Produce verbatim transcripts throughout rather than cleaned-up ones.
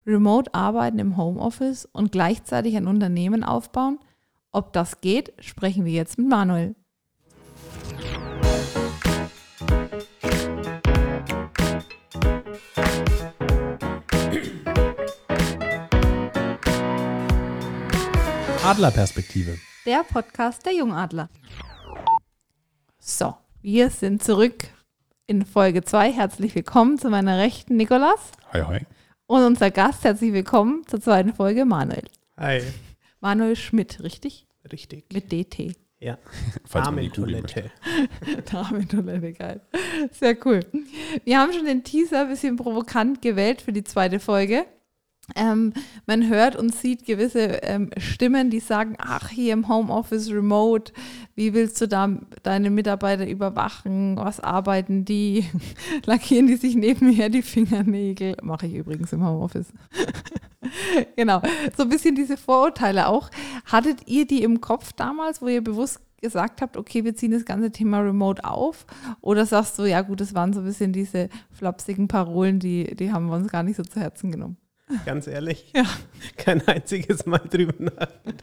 remote arbeiten im Homeoffice und gleichzeitig ein Unternehmen aufbauen? Ob das geht, sprechen wir jetzt mit Manuel. Adlerperspektive. Der Podcast der Jungadler. So, wir sind zurück in Folge zwei. Herzlich willkommen zu meiner Rechten, Nikolas. Hi, hi. Und unser Gast, herzlich willkommen zur zweiten Folge, Manuel. Hi. Manuel Schmidt, richtig? Richtig. Mit D T. Ja. Damentoilette. Damentoilette, geil. Sehr cool. Wir haben schon den Teaser ein bisschen provokant gewählt für die zweite Folge. Ähm, man hört und sieht gewisse ähm, Stimmen, die sagen, ach, hier im Homeoffice, remote, wie willst du da deine Mitarbeiter überwachen, was arbeiten die, lackieren die sich nebenher die Fingernägel, mache ich übrigens im Homeoffice. Genau, so ein bisschen diese Vorurteile auch. Hattet ihr die im Kopf damals, wo ihr bewusst gesagt habt, okay, wir ziehen das ganze Thema Remote auf? Oder sagst du, ja gut, das waren so ein bisschen diese flapsigen Parolen, die, die haben wir uns gar nicht so zu Herzen genommen? Ganz ehrlich, ja. Kein einziges Mal drüber nachgedacht.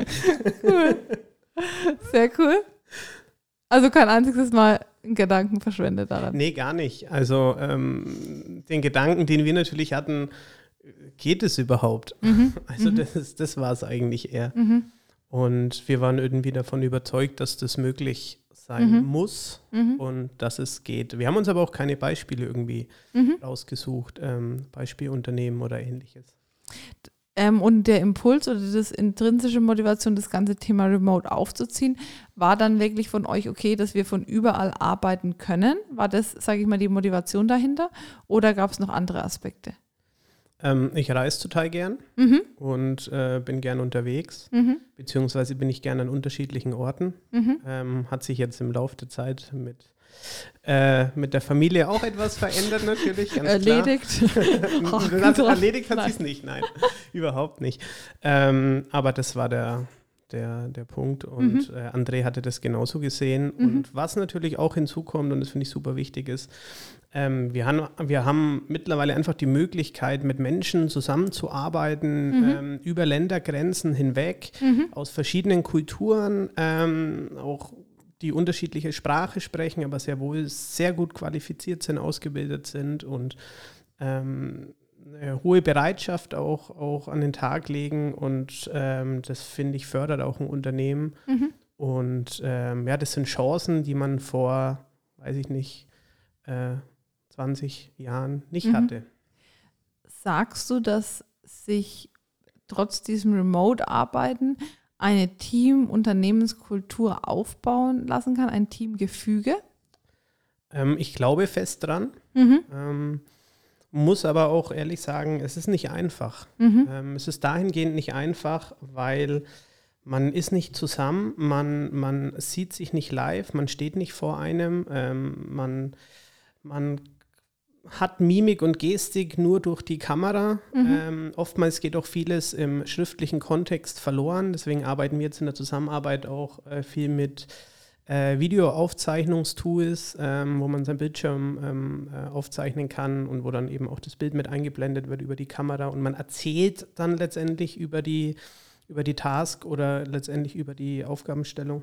Cool. Sehr cool. Also kein einziges Mal einen Gedanken verschwendet daran. Nee, gar nicht. Also ähm, den Gedanken, den wir natürlich hatten, geht es überhaupt? Mhm. Also mhm. das, ist, das war es eigentlich eher. Mhm. Und wir waren irgendwie davon überzeugt, dass das möglich sein Mhm. muss Mhm. und dass es geht. Wir haben uns aber auch keine Beispiele irgendwie Mhm. rausgesucht, ähm, Beispielunternehmen oder ähnliches. Ähm, und der Impuls oder das intrinsische Motivation, das ganze Thema Remote aufzuziehen, war dann wirklich von euch okay, dass wir von überall arbeiten können? War das, sage ich mal, die Motivation dahinter? Oder gab es noch andere Aspekte? Ähm, ich reise total gern Mhm. und äh, bin gern unterwegs, Mhm. beziehungsweise bin ich gern an unterschiedlichen Orten. Mhm. Ähm, hat sich jetzt im Laufe der Zeit mit, äh, mit der Familie auch etwas verändert natürlich, ganz Erledigt. klar. Oh, also, Gott. erledigt hat Nein. sich nicht, nein, überhaupt nicht. Ähm, aber das war der, der, der Punkt und Mhm. äh, André hatte das genauso gesehen. Mhm. Und was natürlich auch hinzukommt, und das finde ich super wichtig ist, ähm, wir, haben, wir haben mittlerweile einfach die Möglichkeit, mit Menschen zusammenzuarbeiten, Mhm. ähm, über Ländergrenzen hinweg, Mhm. aus verschiedenen Kulturen, ähm, auch die unterschiedliche Sprache sprechen, aber sehr wohl sehr gut qualifiziert sind, ausgebildet sind und ähm, eine hohe Bereitschaft auch, auch an den Tag legen und ähm, das, finde ich, fördert auch ein Unternehmen. Mhm. Und ähm, ja, das sind Chancen, die man vor, weiß ich nicht, äh, zwanzig Jahren nicht Mhm. hatte. Sagst du, dass sich trotz diesem Remote-Arbeiten eine Team-Unternehmenskultur aufbauen lassen kann, ein Teamgefüge? Ähm, ich glaube fest dran, Mhm. ähm, muss aber auch ehrlich sagen, es ist nicht einfach. Mhm. Ähm, es ist dahingehend nicht einfach, weil man ist nicht zusammen, man, man sieht sich nicht live, man steht nicht vor einem, ähm, man, man hat Mimik und Gestik nur durch die Kamera. Mhm. Ähm, oftmals geht auch vieles im schriftlichen Kontext verloren. Deswegen arbeiten wir jetzt in der Zusammenarbeit auch äh, viel mit äh, Videoaufzeichnungstools, ähm, wo man seinen Bildschirm ähm, äh, aufzeichnen kann und wo dann eben auch das Bild mit eingeblendet wird über die Kamera. Und man erzählt dann letztendlich über die, über die Task oder letztendlich über die Aufgabenstellung.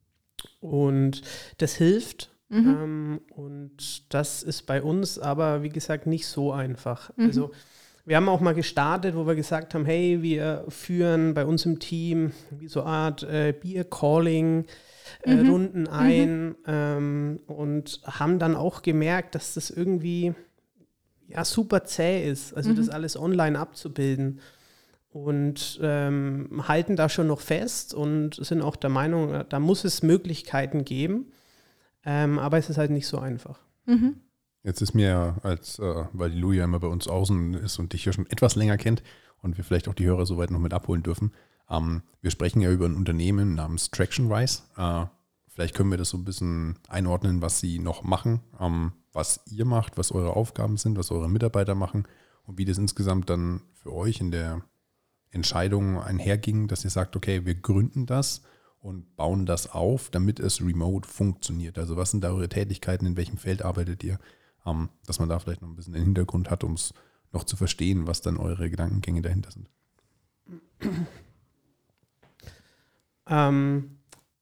Und das hilft. Mhm. Ähm, und das ist bei uns aber, wie gesagt, nicht so einfach. Mhm. Also wir haben auch mal gestartet, wo wir gesagt haben, hey, wir führen bei uns im Team wie so eine Art äh, Beer-Calling äh, Mhm. Runden ein ähm, und haben dann auch gemerkt, dass das irgendwie ja, super zäh ist, also Mhm. das alles online abzubilden. Und ähm, halten da schon noch fest und sind auch der Meinung, da muss es Möglichkeiten geben. Ähm, aber es ist halt nicht so einfach. Mhm. Jetzt ist mir, als äh, weil die Lu ja immer bei uns außen ist und dich ja schon etwas länger kennt und wir vielleicht auch die Hörer soweit noch mit abholen dürfen, ähm, wir sprechen ja über ein Unternehmen namens TractionWise. Äh, vielleicht können wir das so ein bisschen einordnen, was sie noch machen, ähm, was ihr macht, was eure Aufgaben sind, was eure Mitarbeiter machen und wie das insgesamt dann für euch in der Entscheidung einherging, dass ihr sagt, okay, wir gründen das und bauen das auf, damit es remote funktioniert. Also was sind da eure Tätigkeiten, in welchem Feld arbeitet ihr? Ähm, dass man da vielleicht noch ein bisschen den Hintergrund hat, um es noch zu verstehen, was dann eure Gedankengänge dahinter sind. Ähm,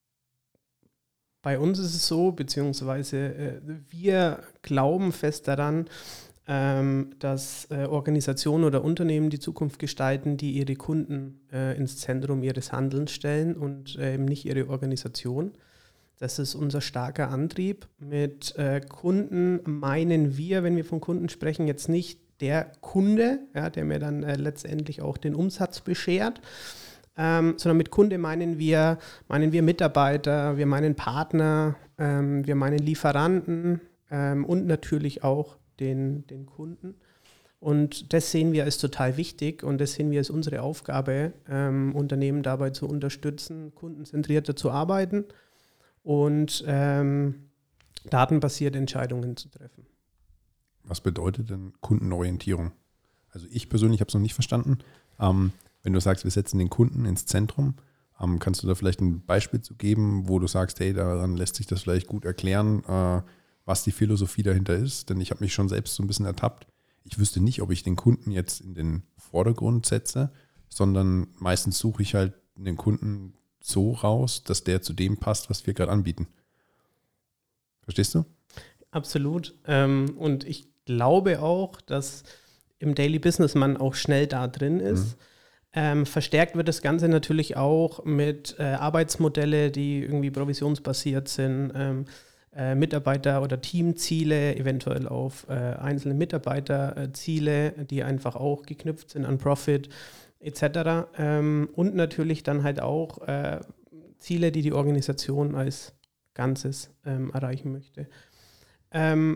bei uns ist es so, beziehungsweise äh, wir glauben fest daran, ähm, dass äh, Organisationen oder Unternehmen die Zukunft gestalten, die ihre Kunden äh, ins Zentrum ihres Handelns stellen und äh, eben nicht ihre Organisation. Das ist unser starker Antrieb. Mit äh, Kunden meinen wir, wenn wir von Kunden sprechen, jetzt nicht der Kunde, ja, der mir dann äh, letztendlich auch den Umsatz beschert, ähm, sondern mit Kunde meinen wir, meinen wir Mitarbeiter, wir meinen Partner, ähm, wir meinen Lieferanten ähm, und natürlich auch den, den Kunden. Und das sehen wir als total wichtig und das sehen wir als unsere Aufgabe, ähm, Unternehmen dabei zu unterstützen, kundenzentrierter zu arbeiten und ähm, datenbasierte Entscheidungen zu treffen. Was bedeutet denn Kundenorientierung? Also ich persönlich habe es noch nicht verstanden. Ähm, wenn du sagst, wir setzen den Kunden ins Zentrum, ähm, kannst du da vielleicht ein Beispiel zu geben, wo du sagst, hey, daran lässt sich das vielleicht gut erklären, äh, was die Philosophie dahinter ist? Denn ich habe mich schon selbst so ein bisschen ertappt. Ich wüsste nicht, ob ich den Kunden jetzt in den Vordergrund setze, sondern meistens suche ich halt den Kunden so raus, dass der zu dem passt, was wir gerade anbieten. Verstehst du? Absolut. Ähm, und ich glaube auch, dass im Daily Business man auch schnell da drin ist. Mhm. Ähm, verstärkt wird das Ganze natürlich auch mit äh, Arbeitsmodelle, die irgendwie provisionsbasiert sind, ähm, äh, Mitarbeiter- oder Teamziele, eventuell auf äh, einzelne Mitarbeiterziele, die einfach auch geknüpft sind an Profit et cetera. Ähm, und natürlich dann halt auch äh, Ziele, die die Organisation als Ganzes ähm, erreichen möchte. Ähm,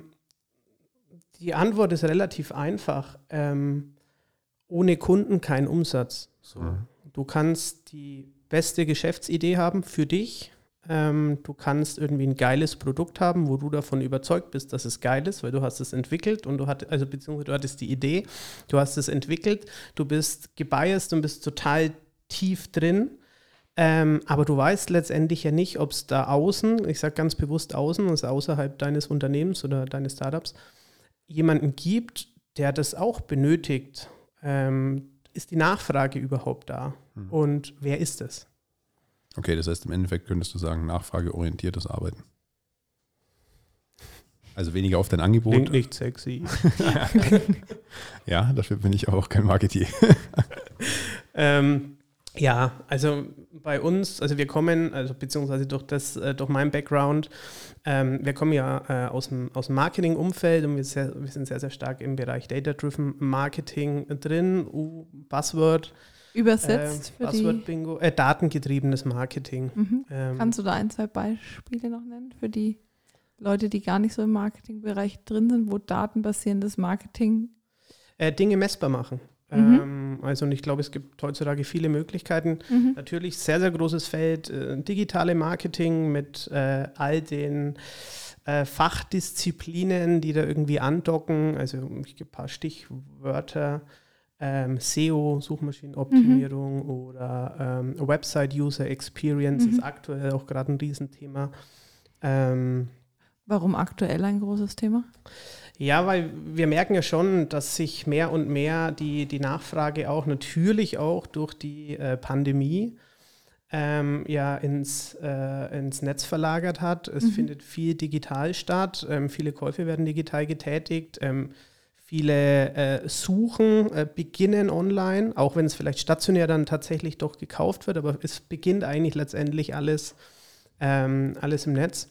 die Antwort ist relativ einfach. Ähm, ohne Kunden kein Umsatz. So. Mhm. Du kannst die beste Geschäftsidee haben für dich. Ähm, du kannst irgendwie ein geiles Produkt haben, wo du davon überzeugt bist, dass es geil ist, weil du hast es entwickelt und du hattest, also beziehungsweise du hattest die Idee, du hast es entwickelt, du bist gebiased und bist total tief drin. Ähm, aber du weißt letztendlich ja nicht, ob es da außen, ich sage ganz bewusst außen, also außerhalb deines Unternehmens oder deines Startups, jemanden gibt, der das auch benötigt. Ähm, ist die Nachfrage überhaupt da? Hm. Und wer ist es? Okay, das heißt, im Endeffekt könntest du sagen, nachfrageorientiertes Arbeiten. Also weniger auf dein Angebot. Klingt nicht sexy. Ja, dafür bin ich auch kein Marketier. ähm, Ja, also bei uns, also wir kommen, also beziehungsweise durch das, äh, durch meinen Background, ähm, wir kommen ja äh, aus dem, aus dem Marketing-Umfeld und wir, sehr, wir sind sehr, sehr stark im Bereich Data-Driven Marketing drin, uh, Buzzword. Übersetzt äh, für Buzzword-Bingo, äh, datengetriebenes Marketing. Mhm. Ähm, Kannst du da ein, zwei Beispiele noch nennen für die Leute, die gar nicht so im Marketingbereich drin sind, wo datenbasierendes Marketing äh, Dinge messbar machen. Mhm. Ähm, also und ich glaube, es gibt heutzutage viele Möglichkeiten. Mhm. Natürlich sehr, sehr großes Feld, äh, digitale Marketing mit äh, all den äh, Fachdisziplinen, die da irgendwie andocken. Also ich gebe ein paar Stichwörter. Ähm, S E O, Suchmaschinenoptimierung mhm. oder ähm, Website User Experience mhm. ist aktuell auch gerade ein Riesenthema. Ähm, Warum aktuell ein großes Thema? Ja, weil wir merken ja schon, dass sich mehr und mehr die, die Nachfrage auch natürlich auch durch die äh, Pandemie ähm, ja ins, äh, ins Netz verlagert hat. Es mhm. findet viel digital statt, ähm, viele Käufe werden digital getätigt, ähm, viele äh, Suchen äh, beginnen online, auch wenn es vielleicht stationär dann tatsächlich doch gekauft wird, aber es beginnt eigentlich letztendlich alles, ähm, alles im Netz.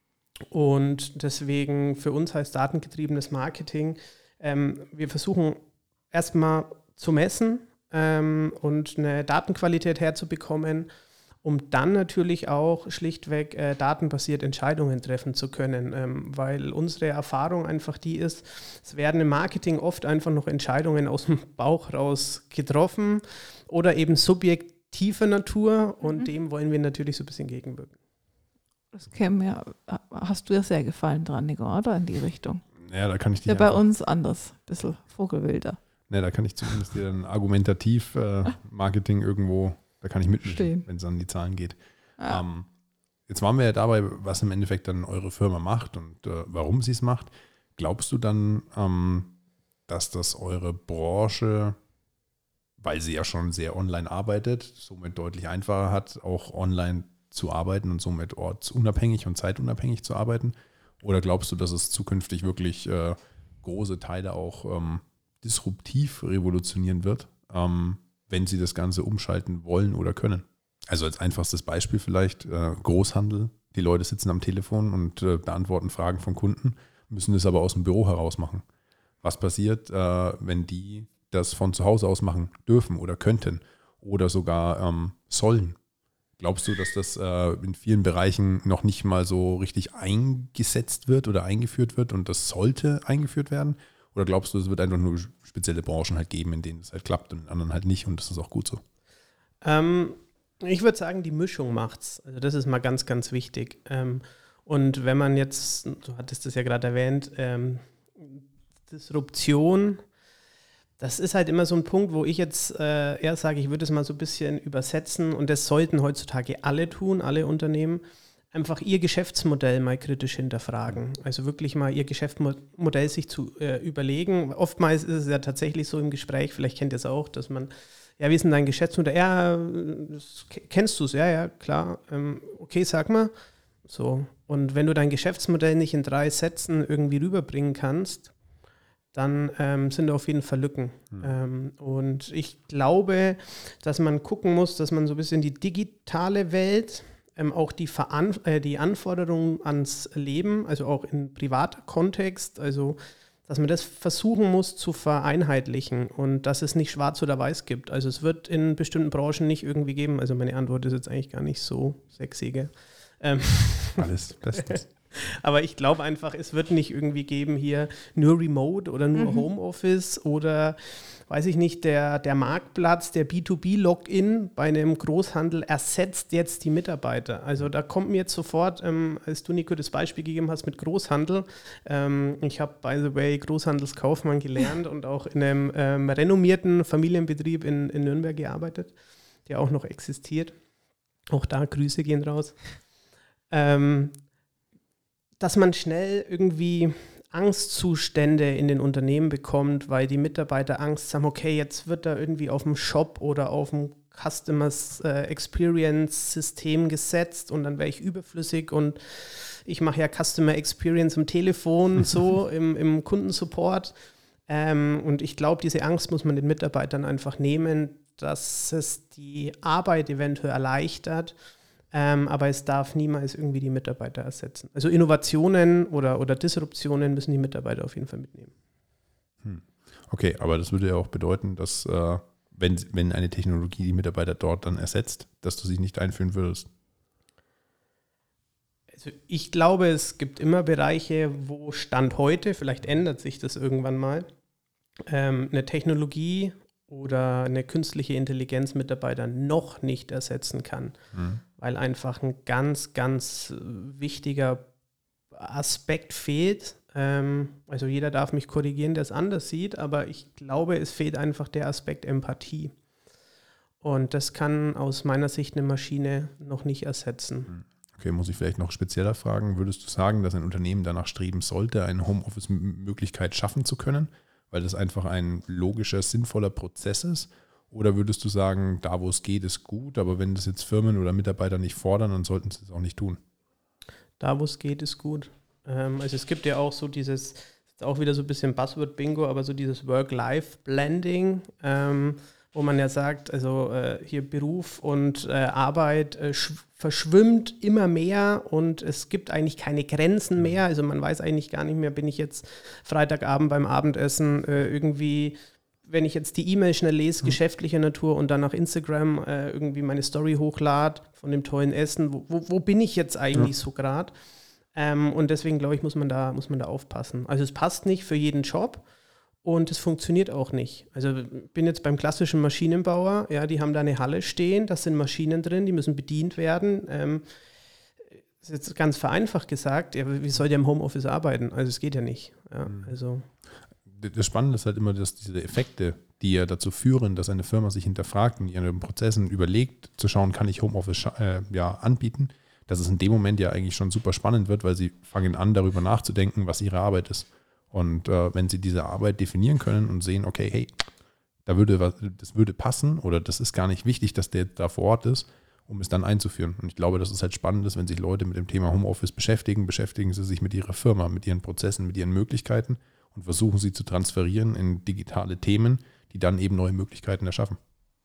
Und deswegen für uns heißt datengetriebenes Marketing, ähm, wir versuchen erstmal zu messen ähm, und eine Datenqualität herzubekommen, um dann natürlich auch schlichtweg äh, datenbasiert Entscheidungen treffen zu können, ähm, weil unsere Erfahrung einfach die ist, es werden im Marketing oft einfach noch Entscheidungen aus dem Bauch raus getroffen oder eben subjektiver Natur und mhm. dem wollen wir natürlich so ein bisschen gegenwirken. Das käme ja, hast du ja sehr gefallen dran, Nico, oder? In die Richtung. Ja, da kann ich dich ja, bei uns anders, ein bisschen vogelwilder. Ja, da kann ich zumindest dir dann argumentativ äh, Marketing irgendwo, da kann ich mitstehen, wenn es an die Zahlen geht. Ja. Ähm, jetzt waren wir ja dabei, was im Endeffekt dann eure Firma macht und äh, warum sie es macht. Glaubst du dann, ähm, dass das eure Branche, weil sie ja schon sehr online arbeitet, somit deutlich einfacher hat, auch online zu arbeiten und somit ortsunabhängig und zeitunabhängig zu arbeiten? Oder glaubst du, dass es zukünftig wirklich äh, große Teile auch ähm, disruptiv revolutionieren wird, ähm, wenn sie das Ganze umschalten wollen oder können? Also als einfachstes Beispiel vielleicht äh, Großhandel. Die Leute sitzen am Telefon und äh, beantworten Fragen von Kunden, müssen das aber aus dem Büro heraus machen. Was passiert, äh, wenn die das von zu Hause aus machen dürfen oder könnten oder sogar ähm, sollen? Glaubst du, dass das äh, in vielen Bereichen noch nicht mal so richtig eingesetzt wird oder eingeführt wird und das sollte eingeführt werden? Oder glaubst du, es wird einfach nur spezielle Branchen halt geben, in denen es halt klappt und in anderen halt nicht und das ist auch gut so? Ähm, ich würde sagen, die Mischung macht's. Also das ist mal ganz, ganz wichtig. Ähm, und wenn man jetzt, du hattest es ja gerade erwähnt, ähm, Disruption, das ist halt immer so ein Punkt, wo ich jetzt äh, eher sage, ich würde es mal so ein bisschen übersetzen und das sollten heutzutage alle tun, alle Unternehmen, einfach ihr Geschäftsmodell mal kritisch hinterfragen. Also wirklich mal ihr Geschäftsmodell sich zu äh, überlegen. Oftmals ist es ja tatsächlich so im Gespräch, vielleicht kennt ihr es auch, dass man, ja, wie ist denn dein Geschäftsmodell? Ja, das, kennst du es? Ja, ja, klar. Ähm, okay, sag mal. So. Und wenn du dein Geschäftsmodell nicht in drei Sätzen irgendwie rüberbringen kannst, dann ähm, sind da auf jeden Fall Lücken. Mhm. Ähm, und ich glaube, dass man gucken muss, dass man so ein bisschen die digitale Welt, ähm, auch die, Veran- äh, die Anforderungen ans Leben, also auch in privater Kontext, also dass man das versuchen muss zu vereinheitlichen und dass es nicht schwarz oder weiß gibt. Also es wird in bestimmten Branchen nicht irgendwie geben, also meine Antwort ist jetzt eigentlich gar nicht so sexy, gell? Ähm. Alles Bestes. Aber ich glaube einfach, es wird nicht irgendwie geben hier nur Remote oder nur mhm. Homeoffice oder, weiß ich nicht, der, der Marktplatz, der B zwei B-Login bei einem Großhandel ersetzt jetzt die Mitarbeiter. Also da kommt mir jetzt sofort, ähm, als du, Nico, das Beispiel gegeben hast mit Großhandel, ähm, ich habe, by the way, Großhandelskaufmann gelernt und auch in einem ähm, renommierten Familienbetrieb in, in Nürnberg gearbeitet, der auch noch existiert. Auch da Grüße gehen raus. Ähm, dass man schnell irgendwie Angstzustände in den Unternehmen bekommt, weil die Mitarbeiter Angst haben, okay, jetzt wird da irgendwie auf dem Shop oder auf dem Customer äh, Experience System gesetzt und dann wäre ich überflüssig und ich mache ja Customer Experience am Telefon, so im, im Kundensupport. Ähm, und ich glaube, diese Angst muss man den Mitarbeitern einfach nehmen, dass es die Arbeit eventuell erleichtert. Ähm, aber es darf niemals irgendwie die Mitarbeiter ersetzen. Also Innovationen oder, oder Disruptionen müssen die Mitarbeiter auf jeden Fall mitnehmen. Hm. Okay, aber das würde ja auch bedeuten, dass äh, wenn, wenn eine Technologie die Mitarbeiter dort dann ersetzt, dass du sie nicht einführen würdest. Also ich glaube, es gibt immer Bereiche, wo Stand heute, vielleicht ändert sich das irgendwann mal, ähm, eine Technologie oder eine künstliche Intelligenz Mitarbeiter noch nicht ersetzen kann. Hm. Weil einfach ein ganz, ganz wichtiger Aspekt fehlt. Ähm, also jeder darf mich korrigieren, der es anders sieht, aber ich glaube, es fehlt einfach der Aspekt Empathie. Und das kann aus meiner Sicht eine Maschine noch nicht ersetzen. Okay, muss ich vielleicht noch spezieller fragen. Würdest du sagen, dass ein Unternehmen danach streben sollte, eine Homeoffice-Möglichkeit schaffen zu können, weil das einfach ein logischer, sinnvoller Prozess ist? Oder würdest du sagen, da wo es geht, ist gut, aber wenn das jetzt Firmen oder Mitarbeiter nicht fordern, dann sollten sie es auch nicht tun? Da wo es geht, ist gut. Ähm, also es gibt ja auch so dieses, ist auch wieder so ein bisschen Buzzword-Bingo, aber so dieses Work-Life-Blending, ähm, wo man ja sagt, also äh, hier Beruf und äh, Arbeit äh, sch- verschwimmt immer mehr und es gibt eigentlich keine Grenzen mehr. Also man weiß eigentlich gar nicht mehr, bin ich jetzt Freitagabend beim Abendessen äh, irgendwie, wenn ich jetzt die E-Mail schnell lese, mhm. geschäftlicher Natur und dann nach Instagram äh, irgendwie meine Story hochlade von dem tollen Essen, wo, wo, wo bin ich jetzt eigentlich ja. so gerade? Ähm, und deswegen, glaube ich, muss man da, muss man da aufpassen. Also es passt nicht für jeden Job und es funktioniert auch nicht. Also ich bin jetzt beim klassischen Maschinenbauer, ja, die haben da eine Halle stehen, da sind Maschinen drin, die müssen bedient werden. Ähm, das ist jetzt ganz vereinfacht gesagt, ja, wie soll der im Homeoffice arbeiten? Also es geht ja nicht. Ja, mhm. also Das Spannende ist halt immer, dass diese Effekte, die ja dazu führen, dass eine Firma sich hinterfragt und ihren Prozessen überlegt, zu schauen, kann ich Homeoffice äh, ja, anbieten, dass es in dem Moment ja eigentlich schon super spannend wird, weil sie fangen an, darüber nachzudenken, was ihre Arbeit ist. Und äh, wenn sie diese Arbeit definieren können und sehen, okay, hey, da würde was, das würde passen oder das ist gar nicht wichtig, dass der da vor Ort ist, um es dann einzuführen. Und ich glaube, dass es halt spannend ist, wenn sich Leute mit dem Thema Homeoffice beschäftigen, beschäftigen sie sich mit ihrer Firma, mit ihren Prozessen, mit ihren Möglichkeiten und versuchen sie zu transferieren in digitale Themen, die dann eben neue Möglichkeiten erschaffen.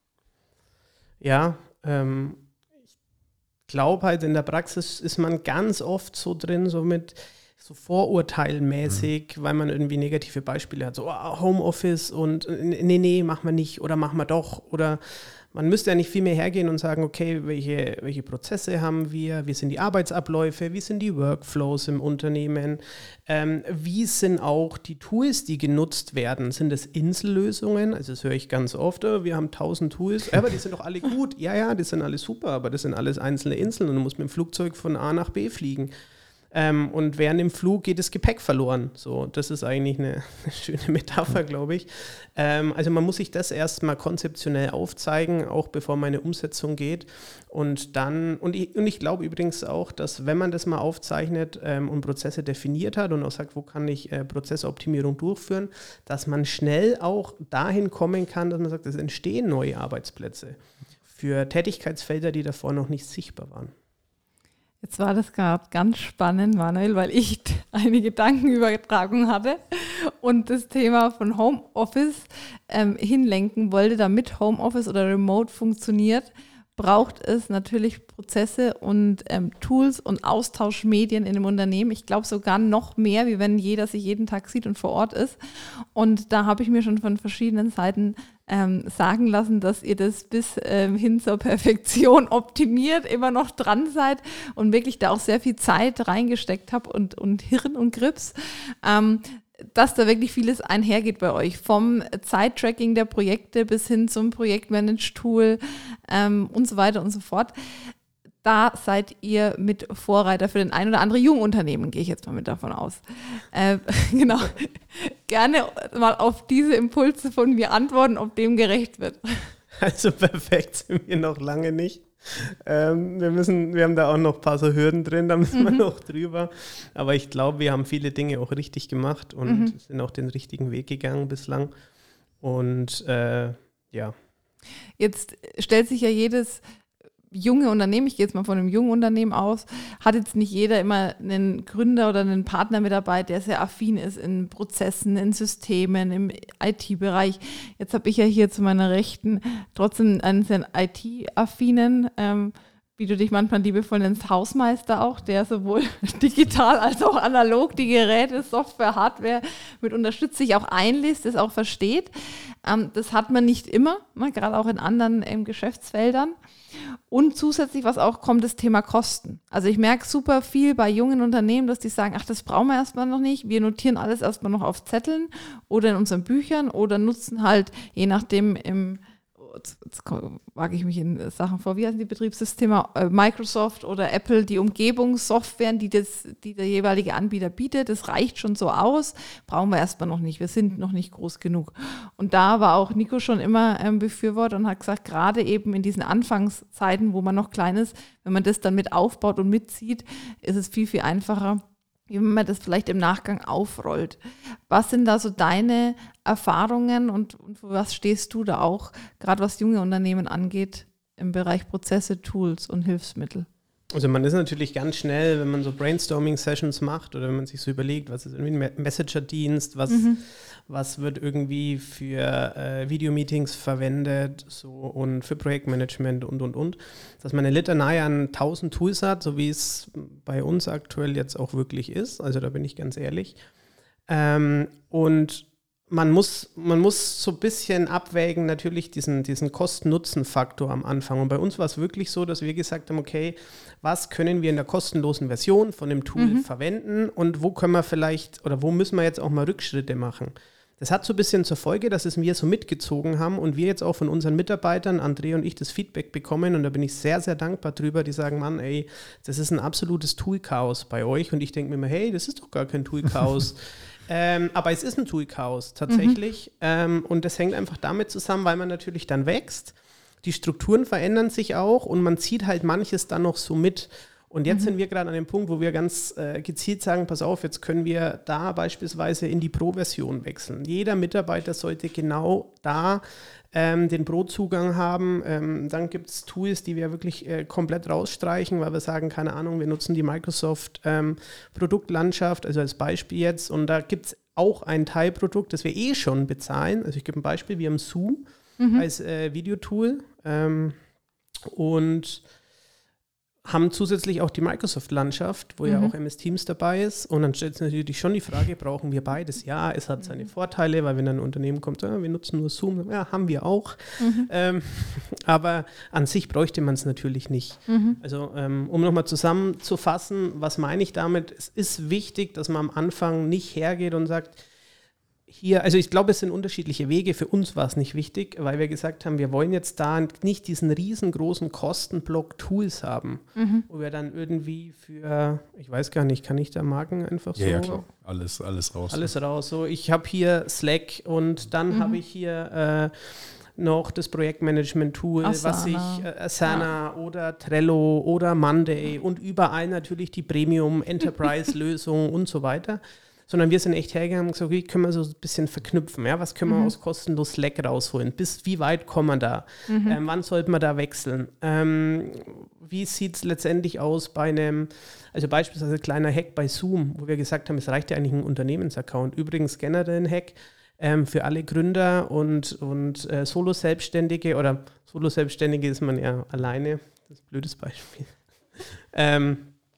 Ja, ähm, ich glaube halt in der Praxis ist man ganz oft so drin, so mit so vorurteilmäßig, mhm. weil man irgendwie negative Beispiele hat, so oh, Homeoffice und nee, nee, machen wir nicht oder machen wir doch oder man müsste ja nicht viel mehr hergehen und sagen, okay, welche, welche Prozesse haben wir, wie sind die Arbeitsabläufe, wie sind die Workflows im Unternehmen, ähm, wie sind auch die Tools, die genutzt werden, sind das Insellösungen, also das höre ich ganz oft, oh, wir haben tausend Tools, aber die sind doch alle gut, ja, ja, die sind alle super, aber das sind alles einzelne Inseln und du musst mit dem Flugzeug von A nach B fliegen. Ähm, und während dem Flug geht das Gepäck verloren. So, das ist eigentlich eine, eine schöne Metapher, glaube ich. Ähm, also man muss sich das erstmal konzeptionell aufzeigen, auch bevor man in eine Umsetzung geht. Und dann, und ich, und ich glaube übrigens auch, dass wenn man das mal aufzeichnet ähm, und Prozesse definiert hat und auch sagt, wo kann ich äh, Prozessoptimierung durchführen, dass man schnell auch dahin kommen kann, dass man sagt, es entstehen neue Arbeitsplätze für Tätigkeitsfelder, die davor noch nicht sichtbar waren. Jetzt war das gerade ganz spannend, Manuel, weil ich eine Gedankenübertragung hatte und das Thema von Homeoffice ähm, hinlenken wollte. Damit Homeoffice oder Remote funktioniert, braucht es natürlich Prozesse und ähm, Tools und Austauschmedien in einem Unternehmen. Ich glaube sogar noch mehr, wie wenn jeder sich jeden Tag sieht und vor Ort ist. Und da habe ich mir schon von verschiedenen Seiten ähm, sagen lassen, dass ihr das bis ähm, hin zur Perfektion optimiert, immer noch dran seid und wirklich da auch sehr viel Zeit reingesteckt habt und, und Hirn und Grips. Ähm, dass da wirklich vieles einhergeht bei euch, vom Zeittracking der Projekte bis hin zum Projektmanage-Tool ähm, und so weiter und so fort. Da seid ihr mit Vorreiter für den ein oder andere Jungunternehmen, gehe ich jetzt mal mit davon aus. Äh, genau. Gerne mal auf diese Impulse von mir antworten, ob dem gerecht wird. Also perfekt sind wir noch lange nicht. Ähm, wir müssen, wir haben da auch noch ein paar so Hürden drin, da müssen mhm. wir noch drüber. Aber ich glaube, wir haben viele Dinge auch richtig gemacht und mhm. sind auch den richtigen Weg gegangen bislang. Und äh, ja. Jetzt stellt sich ja jedes junge Unternehmen, ich gehe jetzt mal von einem jungen Unternehmen aus, hat jetzt nicht jeder immer einen Gründer oder einen Partner mit dabei, der sehr affin ist in Prozessen, in Systemen, im I T-Bereich. Jetzt habe ich ja hier zu meiner Rechten trotzdem einen sehr I T-affinen, ähm, wie du dich manchmal liebevoll nennst, Hausmeister auch, der sowohl digital als auch analog die Geräte, Software, Hardware mit unterstützt, sich auch einliest, das auch versteht. Ähm, das hat man nicht immer, ne, gerade auch in anderen ähm, Geschäftsfeldern. Und zusätzlich, was auch kommt, das Thema Kosten. Also ich merke super viel bei jungen Unternehmen, dass die sagen, ach, das brauchen wir erstmal noch nicht. Wir notieren alles erstmal noch auf Zetteln oder in unseren Büchern oder nutzen halt, je nachdem im Jetzt, jetzt wage ich mich in Sachen vor, wie heißen die Betriebssysteme, äh, Microsoft oder Apple, die Umgebungssoftware, die, das, die der jeweilige Anbieter bietet, das reicht schon so aus, brauchen wir erstmal noch nicht, wir sind noch nicht groß genug. Und da war auch Nico schon immer ähm, Befürworter und hat gesagt, gerade eben in diesen Anfangszeiten, wo man noch klein ist, wenn man das dann mit aufbaut und mitzieht, ist es viel, viel einfacher, wie man das vielleicht im Nachgang aufrollt. Was sind da so deine Erfahrungen und, und für was stehst du da auch, gerade was junge Unternehmen angeht, im Bereich Prozesse, Tools und Hilfsmittel? Also man ist natürlich ganz schnell, wenn man so Brainstorming-Sessions macht oder wenn man sich so überlegt, was ist irgendwie ein Messenger-Dienst, was, mhm. was wird irgendwie für äh, Videomeetings verwendet so und für Projektmanagement und, und, und, dass man eine Litanei an tausend Tools hat, so wie es bei uns aktuell jetzt auch wirklich ist, also da bin ich ganz ehrlich. Ähm, und Man muss, man muss so ein bisschen abwägen, natürlich diesen, diesen Kosten-Nutzen-Faktor am Anfang. Und bei uns war es wirklich so, dass wir gesagt haben, okay, was können wir in der kostenlosen Version von dem Tool mhm. verwenden und wo können wir vielleicht oder wo müssen wir jetzt auch mal Rückschritte machen. Das hat so ein bisschen zur Folge, dass es wir so mitgezogen haben und wir jetzt auch von unseren Mitarbeitern, André und ich, das Feedback bekommen und da bin ich sehr, sehr dankbar drüber, die sagen, Mann, ey, das ist ein absolutes Tool-Chaos bei euch und ich denke mir immer, hey, das ist doch gar kein Tool-Chaos. Ähm, aber es ist ein Tool-Chaos tatsächlich mhm. ähm, und das hängt einfach damit zusammen, weil man natürlich dann wächst, die Strukturen verändern sich auch und man zieht halt manches dann noch so mit Und jetzt mhm. sind wir gerade an dem Punkt, wo wir ganz äh, gezielt sagen, pass auf, jetzt können wir da beispielsweise in die Pro-Version wechseln. Jeder Mitarbeiter sollte genau da ähm, den Pro-Zugang haben. Ähm, dann gibt es Tools, die wir wirklich äh, komplett rausstreichen, weil wir sagen, keine Ahnung, wir nutzen die Microsoft ähm, Produktlandschaft, also als Beispiel jetzt. Und da gibt es auch ein Teilprodukt, das wir eh schon bezahlen. Also ich gebe ein Beispiel, wir haben Zoom mhm. als äh, Videotool ähm, und haben zusätzlich auch die Microsoft-Landschaft, wo mhm. ja auch M S Teams dabei ist. Und dann stellt sich natürlich schon die Frage, brauchen wir beides? Ja, es hat seine Vorteile, weil wenn dann ein Unternehmen kommt, ja, wir nutzen nur Zoom, ja, haben wir auch. Mhm. Ähm, aber an sich bräuchte man es natürlich nicht. Mhm. Also ähm, um nochmal zusammenzufassen, was meine ich damit? Es ist wichtig, dass man am Anfang nicht hergeht und sagt, hier, also ich glaube, es sind unterschiedliche Wege. Für uns war es nicht wichtig, weil wir gesagt haben, wir wollen jetzt da nicht diesen riesengroßen Kostenblock Tools haben, mhm. wo wir dann irgendwie für, ich weiß gar nicht, kann ich da Marken einfach so? Ja, ja klar, alles, alles raus. Alles raus. So, ich habe hier Slack und dann mhm. habe ich hier äh, noch das Projektmanagement-Tool, Asana. was ich, äh, Asana ja. oder Trello oder Monday und überall natürlich die Premium-Enterprise-Lösung und so weiter. Sondern wir sind echt hergegangen und gesagt, wie können wir so ein bisschen verknüpfen? Ja? Was können wir mhm. aus kostenlos Slack rausholen? Bis wie weit kommen wir da? Mhm. Ähm, wann sollten wir da wechseln? Ähm, wie sieht es letztendlich aus bei einem, also beispielsweise ein kleiner Hack bei Zoom, wo wir gesagt haben, es reicht ja eigentlich ein Unternehmensaccount. Übrigens generell ein Hack ähm, für alle Gründer und, und äh, Solo-Selbstständige oder Solo-Selbstständige ist man ja alleine. Das ist ein blödes Beispiel. ähm,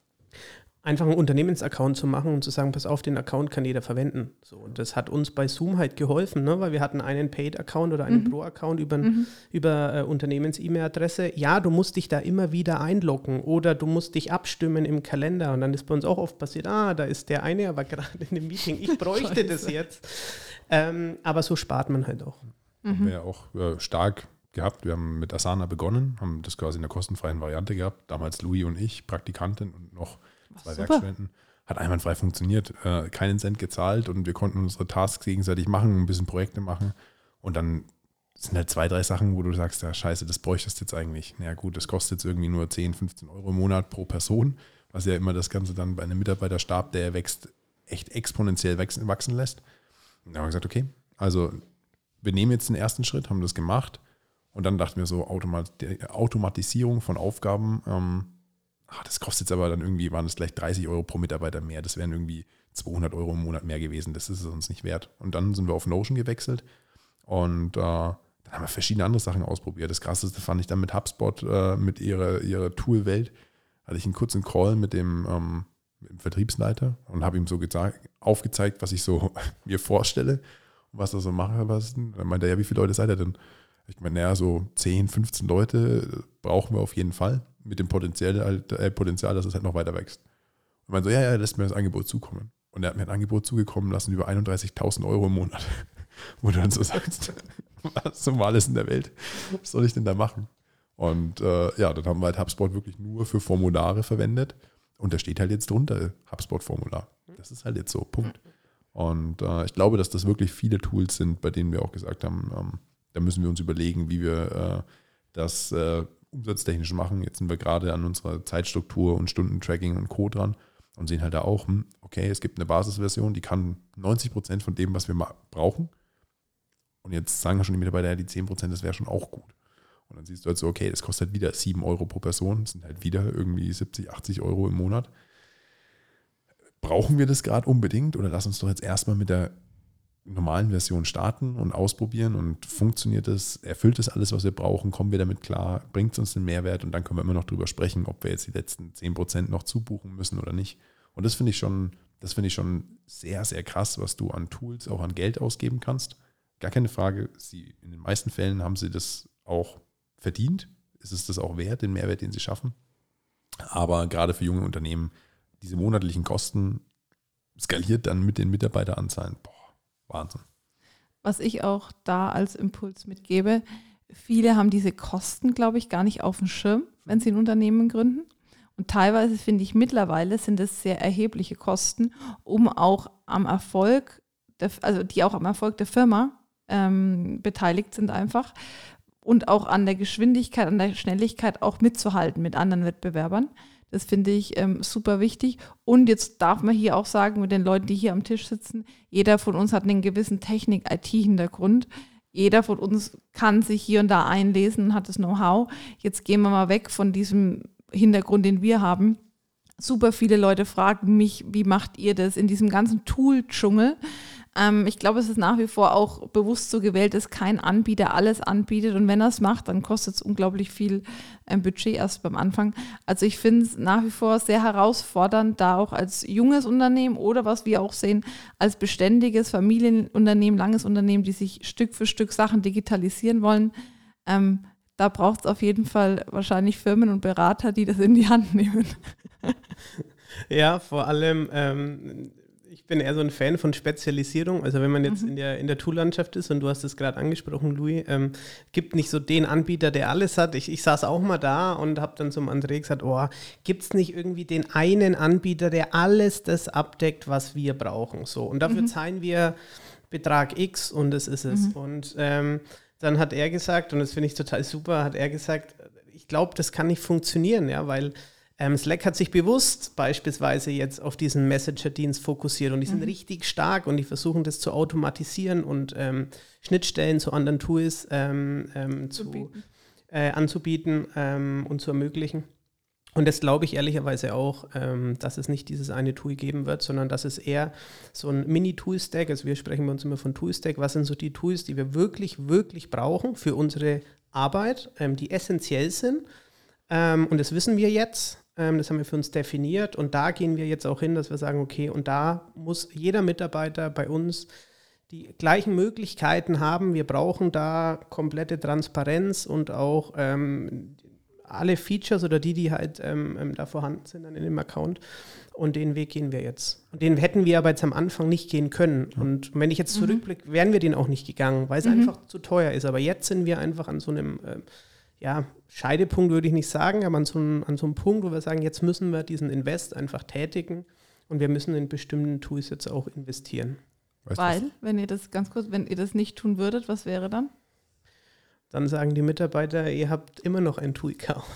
einfach einen Unternehmensaccount zu machen und zu sagen, pass auf, den Account kann jeder verwenden. So, und das hat uns bei Zoom halt geholfen, ne? Weil wir hatten einen Paid-Account oder einen mhm. Pro-Account über, mhm. über äh, Unternehmens-E-Mail-Adresse. Ja, du musst dich da immer wieder einloggen oder du musst dich abstimmen im Kalender. Und dann ist bei uns auch oft passiert, ah, da ist der eine, aber gerade in dem Meeting, ich bräuchte das jetzt. Ähm, aber so spart man halt auch. Mhm. Haben wir ja auch äh, stark gehabt. Wir haben mit Asana begonnen, haben das quasi in der kostenfreien Variante gehabt. Damals Louis und ich, Praktikantin und noch zwei Super. Werkstudenten. Hat einwandfrei funktioniert, äh, keinen Cent gezahlt und wir konnten unsere Tasks gegenseitig machen, ein bisschen Projekte machen und dann sind halt zwei, drei Sachen, wo du sagst, ja scheiße, das bräuchtest du jetzt eigentlich. Na ja, gut, das kostet jetzt irgendwie nur zehn, fünfzehn Euro im Monat pro Person, was ja immer das Ganze dann bei einem Mitarbeiterstab, der wächst, echt exponentiell wachsen, wachsen lässt. Und dann haben wir gesagt, okay, also wir nehmen jetzt den ersten Schritt, haben das gemacht und dann dachten wir so, Automat- Automatisierung von Aufgaben, ähm, ach, das kostet jetzt aber dann irgendwie, waren es gleich dreißig Euro pro Mitarbeiter mehr. Das wären irgendwie zweihundert Euro im Monat mehr gewesen. Das ist es uns nicht wert. Und dann sind wir auf Notion gewechselt und äh, dann haben wir verschiedene andere Sachen ausprobiert. Das Krasseste fand ich dann mit HubSpot, äh, mit ihrer, ihrer Tool-Welt. Hatte ich einen kurzen Call mit dem, ähm, mit dem Vertriebsleiter und habe ihm so gezeigt, aufgezeigt, was ich so mir vorstelle und was er so mache. Was, dann meinte er, ja, wie viele Leute seid ihr denn? Ich meine, naja, so zehn, fünfzehn Leute brauchen wir auf jeden Fall. Mit dem Potenzial, halt, äh, Potenzial, dass es halt noch weiter wächst. Und man so, ja, ja, lässt mir das Angebot zukommen. Und er hat mir ein Angebot zugekommen lassen über einunddreißigtausend Euro im Monat. Wo du dann so sagst, was zum alles in der Welt, was soll ich denn da machen? Und äh, ja, dann haben wir halt HubSpot wirklich nur für Formulare verwendet. Und da steht halt jetzt drunter HubSpot-Formular. Das ist halt jetzt so, Punkt. Und äh, ich glaube, dass das wirklich viele Tools sind, bei denen wir auch gesagt haben, ähm, da müssen wir uns überlegen, wie wir äh, das äh, umsatztechnisch machen. Jetzt sind wir gerade an unserer Zeitstruktur und Stundentracking und Co. dran und sehen halt da auch, okay, es gibt eine Basisversion, die kann neunzig Prozent von dem, was wir brauchen. Und jetzt sagen wir schon die Mitarbeiter, ja, die zehn Prozent, das wäre schon auch gut. Und dann siehst du halt so, okay, das kostet halt wieder sieben Euro pro Person, das sind halt wieder irgendwie siebzig, achtzig Euro im Monat. Brauchen wir das gerade unbedingt oder lass uns doch jetzt erstmal mit der normalen Version starten und ausprobieren und funktioniert das, erfüllt das alles, was wir brauchen, kommen wir damit klar, bringt es uns einen Mehrwert und dann können wir immer noch drüber sprechen, ob wir jetzt die letzten zehn Prozent noch zubuchen müssen oder nicht. Und das finde ich schon, das finde ich schon sehr, sehr krass, was du an Tools auch an Geld ausgeben kannst. Gar keine Frage, sie, in den meisten Fällen haben sie das auch verdient. Ist es das auch wert, den Mehrwert, den sie schaffen? Aber gerade für junge Unternehmen, diese monatlichen Kosten skaliert dann mit den Mitarbeiteranzahlen. Boah, Wahnsinn. Was ich auch da als Impuls mitgebe, viele haben diese Kosten, glaube ich, gar nicht auf dem Schirm, wenn sie ein Unternehmen gründen. Und teilweise finde ich mittlerweile sind es sehr erhebliche Kosten, um auch am Erfolg, der, also die auch am Erfolg der Firma ähm, beteiligt sind einfach und auch an der Geschwindigkeit, an der Schnelligkeit auch mitzuhalten mit anderen Wettbewerbern. Das finde ich ähm, super wichtig. Und jetzt darf man hier auch sagen, mit den Leuten, die hier am Tisch sitzen, jeder von uns hat einen gewissen Technik-I T-Hintergrund. Jeder von uns kann sich hier und da einlesen und hat das Know-how. Jetzt gehen wir mal weg von diesem Hintergrund, den wir haben. Super viele Leute fragen mich, wie macht ihr das in diesem ganzen Tool-Dschungel? Ähm, ich glaube, es ist nach wie vor auch bewusst so gewählt, dass kein Anbieter alles anbietet. Und wenn er es macht, dann kostet es unglaublich viel ähm, Budget erst beim Anfang. Also ich finde es nach wie vor sehr herausfordernd, da auch als junges Unternehmen oder was wir auch sehen, als beständiges Familienunternehmen, langes Unternehmen, die sich Stück für Stück Sachen digitalisieren wollen, ähm, da braucht es auf jeden Fall wahrscheinlich Firmen und Berater, die das in die Hand nehmen. Ja, vor allem, ähm, ich bin eher so ein Fan von Spezialisierung. Also wenn man jetzt mhm. in der, in der Tool-Landschaft ist, und du hast es gerade angesprochen, Louis, ähm, gibt nicht so den Anbieter, der alles hat. Ich, ich saß auch mal da und habe dann zum André gesagt, oh, gibt es nicht irgendwie den einen Anbieter, der alles das abdeckt, was wir brauchen? So, und dafür mhm. zahlen wir Betrag X und das ist es. Mhm. Und ähm, dann hat er gesagt, und das finde ich total super, hat er gesagt, ich glaube, das kann nicht funktionieren, ja, weil ähm, Slack hat sich bewusst beispielsweise jetzt auf diesen Messenger-Dienst fokussiert und die sind mhm. richtig stark und die versuchen das zu automatisieren und ähm, Schnittstellen zu anderen Tools ähm, ähm, zu, äh, anzubieten ähm, und zu ermöglichen. Und das glaube ich ehrlicherweise auch, ähm, dass es nicht dieses eine Tool geben wird, sondern dass es eher so ein Mini-Tool-Stack, also wir sprechen bei uns immer von Tool-Stack, was sind so die Tools, die wir wirklich, wirklich brauchen für unsere Arbeit, ähm, die essentiell sind. Ähm, und das wissen wir jetzt, ähm, das haben wir für uns definiert und da gehen wir jetzt auch hin, dass wir sagen, okay, und da muss jeder Mitarbeiter bei uns die gleichen Möglichkeiten haben. Wir brauchen da komplette Transparenz und auch ähm, alle Features oder die, die halt ähm, da vorhanden sind dann in dem Account. Und den Weg gehen wir jetzt. Und den hätten wir aber jetzt am Anfang nicht gehen können. Ja. Und wenn ich jetzt zurückblicke, wären wir den auch nicht gegangen, weil es mhm. einfach zu teuer ist. Aber jetzt sind wir einfach an so einem äh, ja, Scheidepunkt, würde ich nicht sagen, aber an so, einem, an so einem Punkt, wo wir sagen, jetzt müssen wir diesen Invest einfach tätigen und wir müssen in bestimmten Tools jetzt auch investieren. Weißt weil, was? wenn ihr das ganz kurz, wenn ihr das nicht tun würdet, was wäre dann? Dann sagen die Mitarbeiter, ihr habt immer noch ein Tool-Chaos.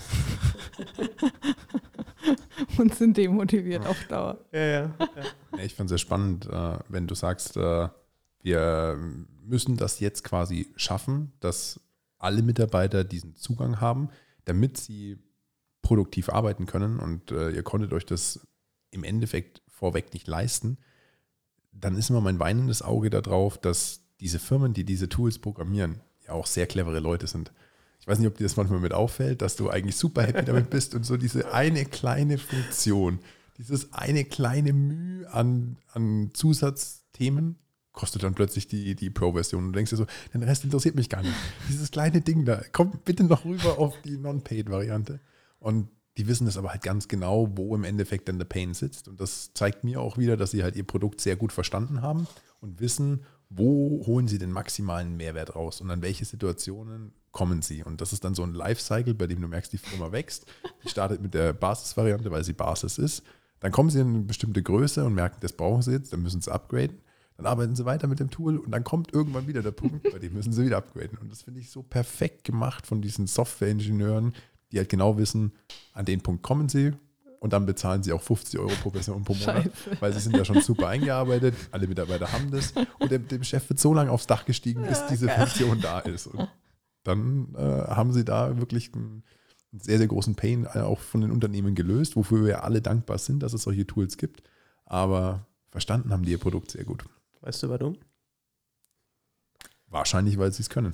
Und sind demotiviert ja. auf Dauer. Ja, ja, ja. Ja, ich fand es sehr spannend, wenn du sagst, wir müssen das jetzt quasi schaffen, dass alle Mitarbeiter diesen Zugang haben, damit sie produktiv arbeiten können und ihr konntet euch das im Endeffekt vorweg nicht leisten. Dann ist immer mein weinendes Auge darauf, dass diese Firmen, die diese Tools programmieren, ja auch sehr clevere Leute sind. Ich weiß nicht, ob dir das manchmal mit auffällt, dass du eigentlich super happy damit bist und so diese eine kleine Funktion, dieses eine kleine Mühe an, an Zusatzthemen kostet dann plötzlich die, die Pro-Version. Und du denkst dir so, den Rest interessiert mich gar nicht. Dieses kleine Ding da, komm bitte noch rüber auf die Non-Paid-Variante. Und die wissen das aber halt ganz genau, wo im Endeffekt dann der Pain sitzt. Und das zeigt mir auch wieder, dass sie halt ihr Produkt sehr gut verstanden haben und wissen, wo holen sie den maximalen Mehrwert raus und an welche Situationen kommen sie. Und das ist dann so ein Lifecycle, bei dem du merkst, die Firma wächst. Die startet mit der Basisvariante, weil sie Basis ist. Dann kommen sie in eine bestimmte Größe und merken, das brauchen sie jetzt, dann müssen sie upgraden. Dann arbeiten sie weiter mit dem Tool und dann kommt irgendwann wieder der Punkt, bei dem müssen sie wieder upgraden. Und das finde ich so perfekt gemacht von diesen Software-Ingenieuren, die halt genau wissen, an den Punkt kommen sie und dann bezahlen sie auch fünfzig Euro pro Person pro Monat, Scheiße. Weil sie sind ja schon super eingearbeitet, alle Mitarbeiter haben das und dem, dem Chef wird so lange aufs Dach gestiegen, bis diese Funktion da ist. Und dann äh, haben sie da wirklich einen, einen sehr, sehr großen Pain auch von den Unternehmen gelöst, wofür wir alle dankbar sind, dass es solche Tools gibt. Aber verstanden haben die ihr Produkt sehr gut. Weißt du warum? Wahrscheinlich, weil sie es können.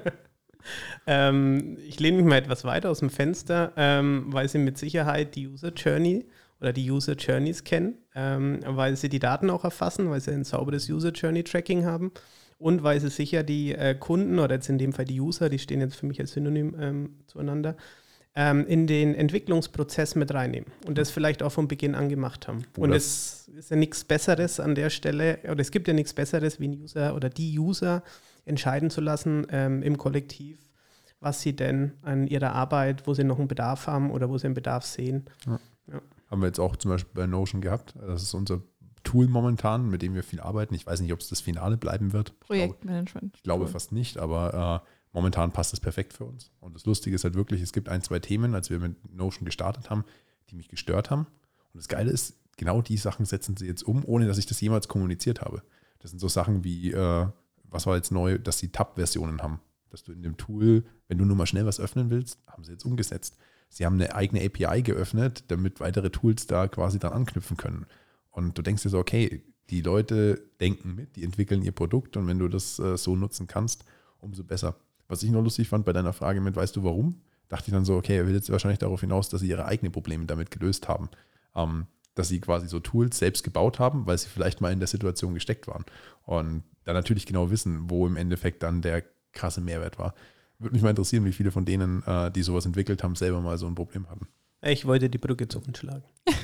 ähm, ich lehne mich mal etwas weiter aus dem Fenster, ähm, weil sie mit Sicherheit die User Journey oder die User Journeys kennen, ähm, weil sie die Daten auch erfassen, weil sie ein sauberes User Journey Tracking haben und weil sie sicher die äh, Kunden oder jetzt in dem Fall die User, die stehen jetzt für mich als Synonym ähm, zueinander, ähm, in den Entwicklungsprozess mit reinnehmen und das vielleicht auch von Beginn an gemacht haben. Oder und es ist ja nichts Besseres an der Stelle, oder es gibt ja nichts Besseres, wie ein User oder die User entscheiden zu lassen ähm, im Kollektiv, was sie denn an ihrer Arbeit, wo sie noch einen Bedarf haben oder wo sie einen Bedarf sehen. Ja. Ja. Haben wir jetzt auch zum Beispiel bei Notion gehabt. Das ist unser Tool momentan, mit dem wir viel arbeiten. Ich weiß nicht, ob es das Finale bleiben wird. Projektmanagement. Ich glaube, ich glaube fast nicht, aber äh, momentan passt es perfekt für uns. Und das Lustige ist halt wirklich, es gibt ein, zwei Themen, als wir mit Notion gestartet haben, die mich gestört haben. Und das Geile ist, genau die Sachen setzen sie jetzt um, ohne dass ich das jemals kommuniziert habe. Das sind so Sachen wie, äh, was war jetzt neu, dass sie Tab-Versionen haben. Dass du in dem Tool, wenn du nur mal schnell was öffnen willst, haben sie jetzt umgesetzt. Sie haben eine eigene A P I geöffnet, damit weitere Tools da quasi dran anknüpfen können. Und du denkst dir so, okay, die Leute denken mit, die entwickeln ihr Produkt und wenn du das äh, so nutzen kannst, umso besser. Was ich noch lustig fand bei deiner Frage mit, weißt du warum? Dachte ich dann so, okay, er will jetzt wahrscheinlich darauf hinaus, dass sie ihre eigenen Probleme damit gelöst haben. Ähm, dass sie quasi so Tools selbst gebaut haben, weil sie vielleicht mal in der Situation gesteckt waren. Und dann natürlich genau wissen, wo im Endeffekt dann der krasse Mehrwert war. Würde mich mal interessieren, wie viele von denen, äh, die sowas entwickelt haben, selber mal so ein Problem hatten. Ich wollte die Brücke zu uns schlagen.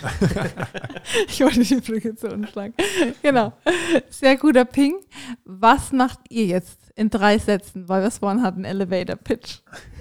Ich wollte die Brücke zu uns schlagen. Genau. Sehr guter Ping. Was macht ihr jetzt in drei Sätzen? Weil wir es vorhin hatten, Elevator Pitch.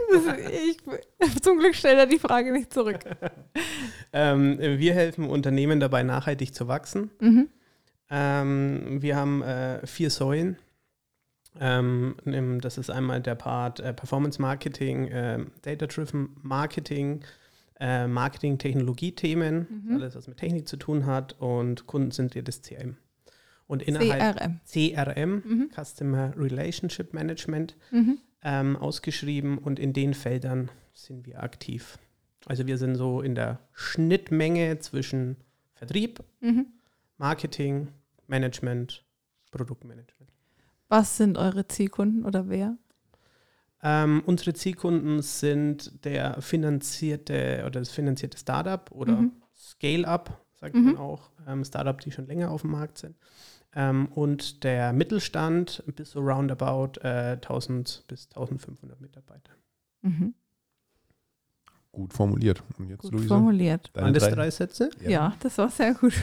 Ich, zum Glück stellt er die Frage nicht zurück. ähm, wir helfen Unternehmen dabei, nachhaltig zu wachsen. Mhm. Ähm, wir haben äh, vier Säulen. Ähm, das ist einmal der Part äh, Performance Marketing, äh, Data-Driven Marketing, äh, Marketing-Technologie-Themen, mhm. alles, was mit Technik zu tun hat, und kundenzentriertes C R M. Und innerhalb C R M, C R M mhm. Customer Relationship Management, mhm. ähm, ausgeschrieben, und in den Feldern sind wir aktiv. Also wir sind so in der Schnittmenge zwischen Vertrieb, mhm. Marketing, Management, Produktmanagement. Was sind eure Zielkunden oder wer? Ähm, unsere Zielkunden sind der finanzierte oder das finanzierte Startup oder mhm. Scale-up, sagt mhm. man auch, ähm, Startup, die schon länger auf dem Markt sind. Ähm, und der Mittelstand bis so roundabout äh, tausend bis eintausendfünfhundert Mitarbeiter. Mhm. Gut formuliert. Und jetzt, Gut Luisa, formuliert. Waren das drei, drei Sätze? Ja. ja, das war sehr gut.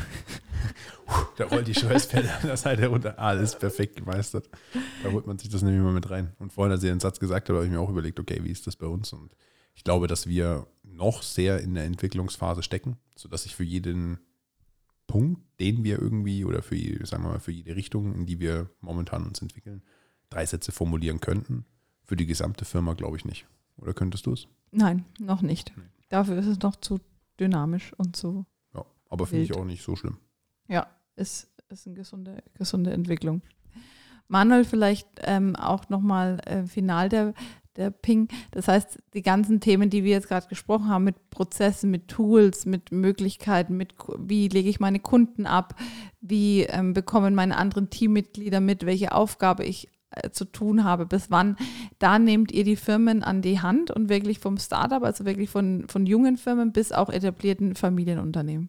Da rollt die Schweißperle an der Seite runter. Alles perfekt gemeistert. Da holt man sich das nämlich mal mit rein. Und vorhin, als ihr den Satz gesagt habt, habe ich mir auch überlegt, okay, wie ist das bei uns? Und ich glaube, dass wir noch sehr in der Entwicklungsphase stecken, sodass ich für jeden Punkt, den wir irgendwie oder für, sagen wir mal, für jede Richtung, in die wir momentan uns entwickeln, drei Sätze formulieren könnten. Für die gesamte Firma glaube ich nicht. Oder könntest du es? Nein, noch nicht. Nee. Dafür ist es noch zu dynamisch und zu Ja, aber finde ich auch nicht so schlimm. Ja, ist, ist eine gesunde, gesunde Entwicklung. Manuel, vielleicht ähm, auch nochmal äh, final der, der Ping. Das heißt, die ganzen Themen, die wir jetzt gerade gesprochen haben, mit Prozessen, mit Tools, mit Möglichkeiten, mit wie lege ich meine Kunden ab, wie ähm, bekommen meine anderen Teammitglieder mit, welche Aufgabe ich äh, zu tun habe, bis wann, da nehmt ihr die Firmen an die Hand und wirklich vom Startup, also wirklich von, von jungen Firmen bis auch etablierten Familienunternehmen.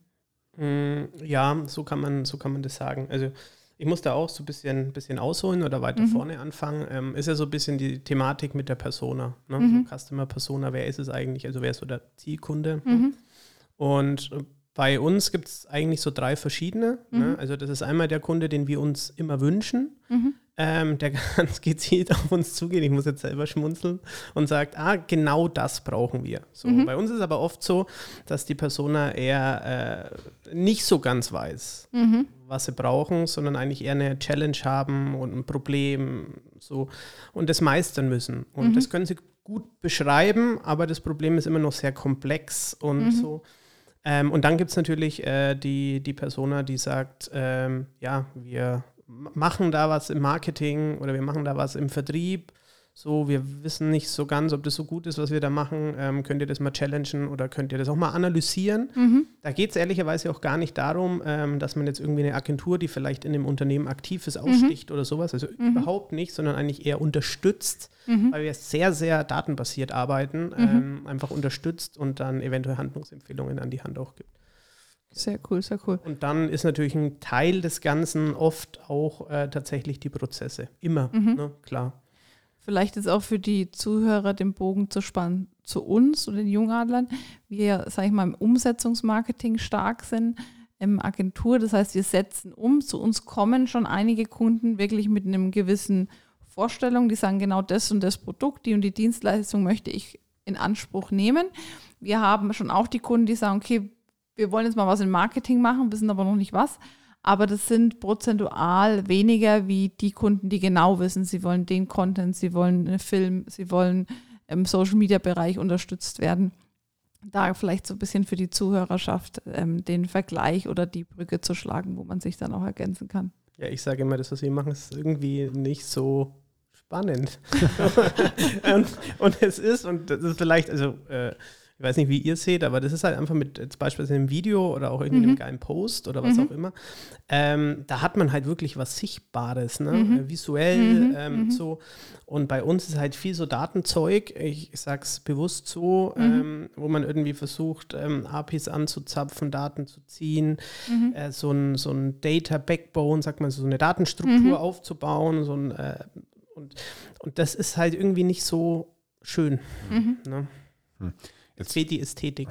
Ja, so kann man, so kann man das sagen. Also ich muss da auch so ein bisschen, bisschen ausholen oder weiter mhm. vorne anfangen. Ähm, ist ja so ein bisschen die Thematik mit der Persona, ne? Mhm. So Customer Persona, wer ist es eigentlich? Also wer ist so der Zielkunde? Mhm. Und bei uns gibt es eigentlich so drei verschiedene. Mhm. Ne? Also das ist einmal der Kunde, den wir uns immer wünschen, Mhm. ähm, der ganz gezielt auf uns zugeht. Ich muss jetzt selber schmunzeln und sagt, ah, genau das brauchen wir. So, Mhm. Bei uns ist aber oft so, dass die Persona eher äh, nicht so ganz weiß, Mhm. was sie brauchen, sondern eigentlich eher eine Challenge haben und ein Problem so und das meistern müssen. Und Mhm. das können sie gut beschreiben, aber das Problem ist immer noch sehr komplex und Mhm. so. Ähm, und dann gibt es natürlich äh, die, die Persona, die sagt, ähm, ja, wir machen da was im Marketing oder wir machen da was im Vertrieb. So, wir wissen nicht so ganz, ob das so gut ist, was wir da machen. Ähm, könnt ihr das mal challengen oder könnt ihr das auch mal analysieren? Mhm. Da geht es ehrlicherweise auch gar nicht darum, ähm, dass man jetzt irgendwie eine Agentur, die vielleicht in dem Unternehmen aktiv ist, aussticht mhm. oder sowas. Also mhm. überhaupt nicht, sondern eigentlich eher unterstützt, mhm. weil wir sehr, sehr datenbasiert arbeiten, mhm. ähm, einfach unterstützt und dann eventuell Handlungsempfehlungen an die Hand auch gibt. Sehr cool, sehr cool. Und dann ist natürlich ein Teil des Ganzen oft auch äh, tatsächlich die Prozesse. Immer, mhm. ne? Klar. Vielleicht ist auch für die Zuhörer den Bogen zu spannen zu uns und den Jungadlern. Wir, sage ich mal, im Umsetzungsmarketing stark sind, im Agentur. Das heißt, wir setzen um. Zu uns kommen schon einige Kunden wirklich mit einem gewissen Vorstellung. Die sagen, genau das und das Produkt, die und die Dienstleistung möchte ich in Anspruch nehmen. Wir haben schon auch die Kunden, die sagen, okay, wir wollen jetzt mal was im Marketing machen, wissen aber noch nicht was. Aber das sind prozentual weniger wie die Kunden, die genau wissen, sie wollen den Content, sie wollen einen Film, sie wollen im Social-Media-Bereich unterstützt werden. da vielleicht so ein bisschen für die Zuhörerschaft ähm, den Vergleich oder die Brücke zu schlagen, wo man sich dann auch ergänzen kann. Ja, ich sage immer, das, was wir machen, ist irgendwie nicht so spannend. und, und es ist, und das ist vielleicht, also äh, ich weiß nicht, wie ihr seht, aber das ist halt einfach mit jetzt beispielsweise einem Video oder auch irgendwie Mhm. einem geilen Post oder was Mhm. auch immer. Ähm, da hat man halt wirklich was Sichtbares, ne? Mhm. Äh, visuell Mhm. ähm, Mhm. so. Und bei uns ist halt viel so Datenzeug, ich, ich sag's bewusst so, Mhm. ähm, wo man irgendwie versucht, ähm, A P Is anzuzapfen, Daten zu ziehen, Mhm. äh, so ein, so ein Data Backbone, sagt man, so eine Datenstruktur Mhm. aufzubauen. So ein, äh, und, und das ist halt irgendwie nicht so schön. Mhm. Ne? Hm. Jetzt fehlt die Ästhetik.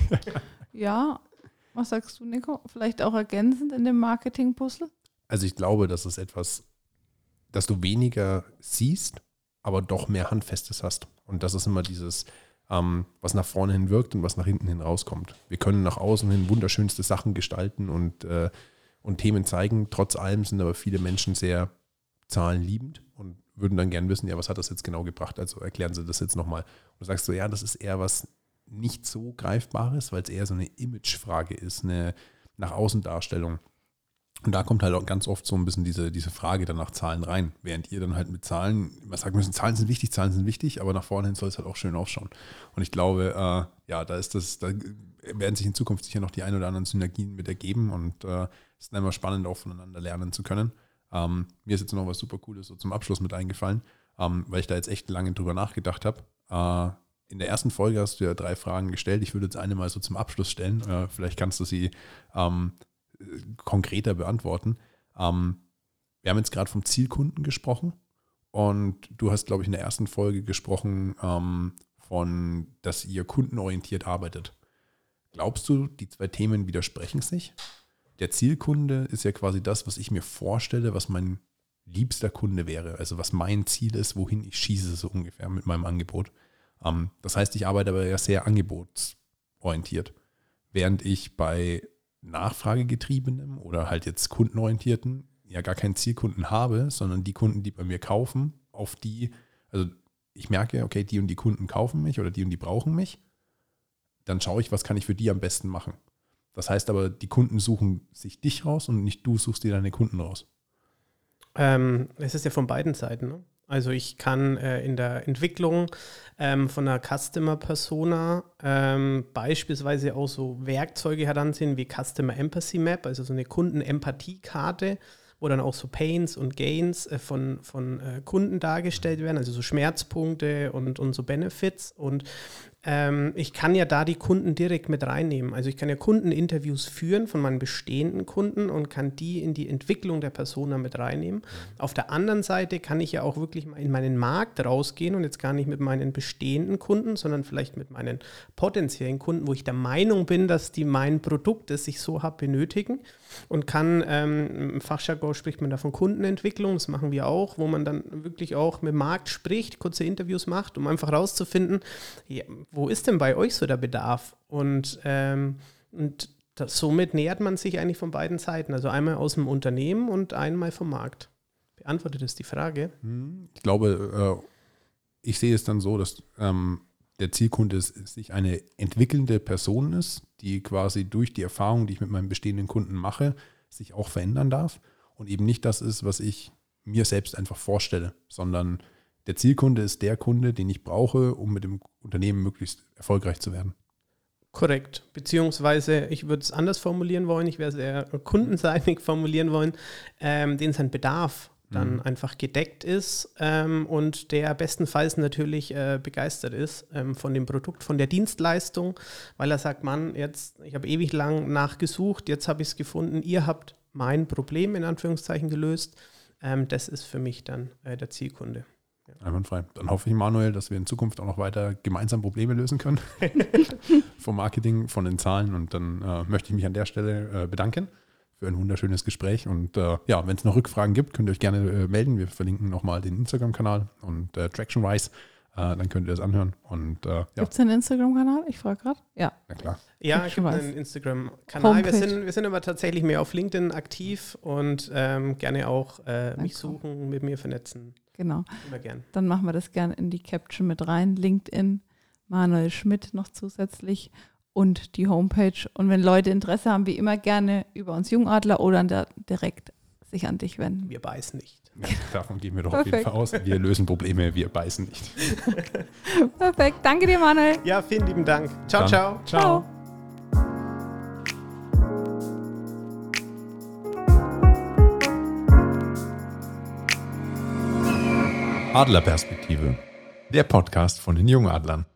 Ja, was sagst du, Nico? Vielleicht auch ergänzend in dem Marketing-Puzzle? Also ich glaube, das ist etwas, dass du weniger siehst, aber doch mehr Handfestes hast. Und das ist immer dieses, ähm, was nach vorne hin wirkt und was nach hinten hin rauskommt. Wir können nach außen hin wunderschönste Sachen gestalten und, äh, und Themen zeigen. Trotz allem sind aber viele Menschen sehr zahlenliebend und würden dann gern wissen, ja, was hat das jetzt genau gebracht? Also erklären Sie das jetzt nochmal. Und du sagst so, ja, das ist eher was nicht so Greifbares, weil es eher so eine Imagefrage ist, eine Nach-Außen-Darstellung. Und da kommt halt auch ganz oft so ein bisschen diese, diese Frage dann nach Zahlen rein, während ihr dann halt mit Zahlen, immer sagen müssen, Zahlen sind wichtig, Zahlen sind wichtig, aber nach vorne hin soll es halt auch schön ausschauen. Und ich glaube, äh, ja, da ist das, da werden sich in Zukunft sicher noch die ein oder anderen Synergien mit ergeben und äh, es ist dann immer spannend, auch voneinander lernen zu können. Ähm, mir ist jetzt noch was super Cooles so zum Abschluss mit eingefallen, ähm, weil ich da jetzt echt lange drüber nachgedacht habe. Äh, in der ersten Folge hast du ja drei Fragen gestellt. Ich würde jetzt eine mal so zum Abschluss stellen. Äh, vielleicht kannst du sie ähm, konkreter beantworten. Ähm, wir haben jetzt gerade vom Zielkunden gesprochen und du hast, glaube ich, in der ersten Folge gesprochen ähm, von, dass ihr kundenorientiert arbeitet. Glaubst du, die zwei Themen widersprechen sich? Der Zielkunde ist ja quasi das, was ich mir vorstelle, was mein liebster Kunde wäre. Also was mein Ziel ist, wohin ich schieße, so ungefähr mit meinem Angebot. Ähm, das heißt, ich arbeite aber ja sehr angebotsorientiert. Während ich bei nachfragegetriebenem oder halt jetzt kundenorientierten ja gar keinen Zielkunden habe, sondern die Kunden, die bei mir kaufen, auf die, also ich merke, okay, die und die Kunden kaufen mich oder die und die brauchen mich, dann schaue ich, was kann ich für die am besten machen. Das heißt aber, die Kunden suchen sich dich raus und nicht du suchst dir deine Kunden raus. Ähm, es ist ja von beiden Seiten. Ne? Also ich kann äh, in der Entwicklung ähm, von einer Customer-Persona ähm, beispielsweise auch so Werkzeuge heranziehen wie Customer Empathy Map, also so eine Kunden-Empathie-Karte, wo dann auch so Pains und Gains äh, von, von äh, Kunden dargestellt werden, also so Schmerzpunkte und, und so Benefits. Und ähm, ich kann ja da die Kunden direkt mit reinnehmen. Also ich kann ja Kundeninterviews führen von meinen bestehenden Kunden und kann die in die Entwicklung der Persona mit reinnehmen. Auf der anderen Seite kann ich ja auch wirklich mal in meinen Markt rausgehen und jetzt gar nicht mit meinen bestehenden Kunden, sondern vielleicht mit meinen potenziellen Kunden, wo ich der Meinung bin, dass die mein Produkt, das ich so habe, benötigen und kann, ähm, im Fachjargon spricht man da von Kundenentwicklung, das machen wir auch, wo man dann wirklich auch mit dem Markt spricht, kurze Interviews macht, um einfach rauszufinden, ja, wo ist denn bei euch so der Bedarf? Und, ähm, und das, somit nähert man sich eigentlich von beiden Seiten, also einmal aus dem Unternehmen und einmal vom Markt. Beantwortet das die Frage? Ich glaube, äh, ich sehe es dann so, dass ähm, der Zielkunde sich eine entwickelnde Person ist, die quasi durch die Erfahrung, die ich mit meinen bestehenden Kunden mache, sich auch verändern darf und eben nicht das ist, was ich mir selbst einfach vorstelle, sondern der Zielkunde ist der Kunde, den ich brauche, um mit dem Unternehmen möglichst erfolgreich zu werden. Korrekt. Beziehungsweise, ich würde es anders formulieren wollen, ich werde es eher kundenseitig formulieren wollen, ähm, den sein Bedarf dann mhm. einfach gedeckt ist ähm, und der bestenfalls natürlich äh, begeistert ist ähm, von dem Produkt, von der Dienstleistung, weil er sagt, Mann, jetzt, ich habe ewig lang nachgesucht, jetzt habe ich es gefunden, ihr habt mein Problem in Anführungszeichen gelöst. Ähm, das ist für mich dann äh, der Zielkunde. Ja. Einwandfrei. Dann hoffe ich, Manuel, dass wir in Zukunft auch noch weiter gemeinsam Probleme lösen können. Vom Marketing, von den Zahlen. Und dann äh, möchte ich mich an der Stelle äh, bedanken für ein wunderschönes Gespräch. Und äh, ja, wenn es noch Rückfragen gibt, könnt ihr euch gerne äh, melden. Wir verlinken nochmal den Instagram-Kanal und äh, TractionWise. Äh, dann könnt ihr das anhören. Und, äh, ja. Gibt es einen Instagram-Kanal? Ich frage gerade. Ja. Na klar. Ja, es gibt einen Instagram-Kanal. Wir sind, wir sind aber tatsächlich mehr auf LinkedIn aktiv und ähm, gerne auch äh, mich suchen, mit mir vernetzen. Genau. Immer gern. Dann machen wir das gerne in die Caption mit rein. LinkedIn, Manuel Schmidt noch zusätzlich und die Homepage. Und wenn Leute Interesse haben, wie immer gerne über uns Jungadler oder da direkt sich an dich wenden. Wir beißen nicht. Ja, davon gehen wir doch Perfekt. auf jeden Fall aus. Wir lösen Probleme, wir beißen nicht. Perfekt. Danke dir, Manuel. Ja, vielen lieben Dank. Ciao, Dann, ciao. Ciao. Adlerperspektive, der Podcast von den Jungadlern.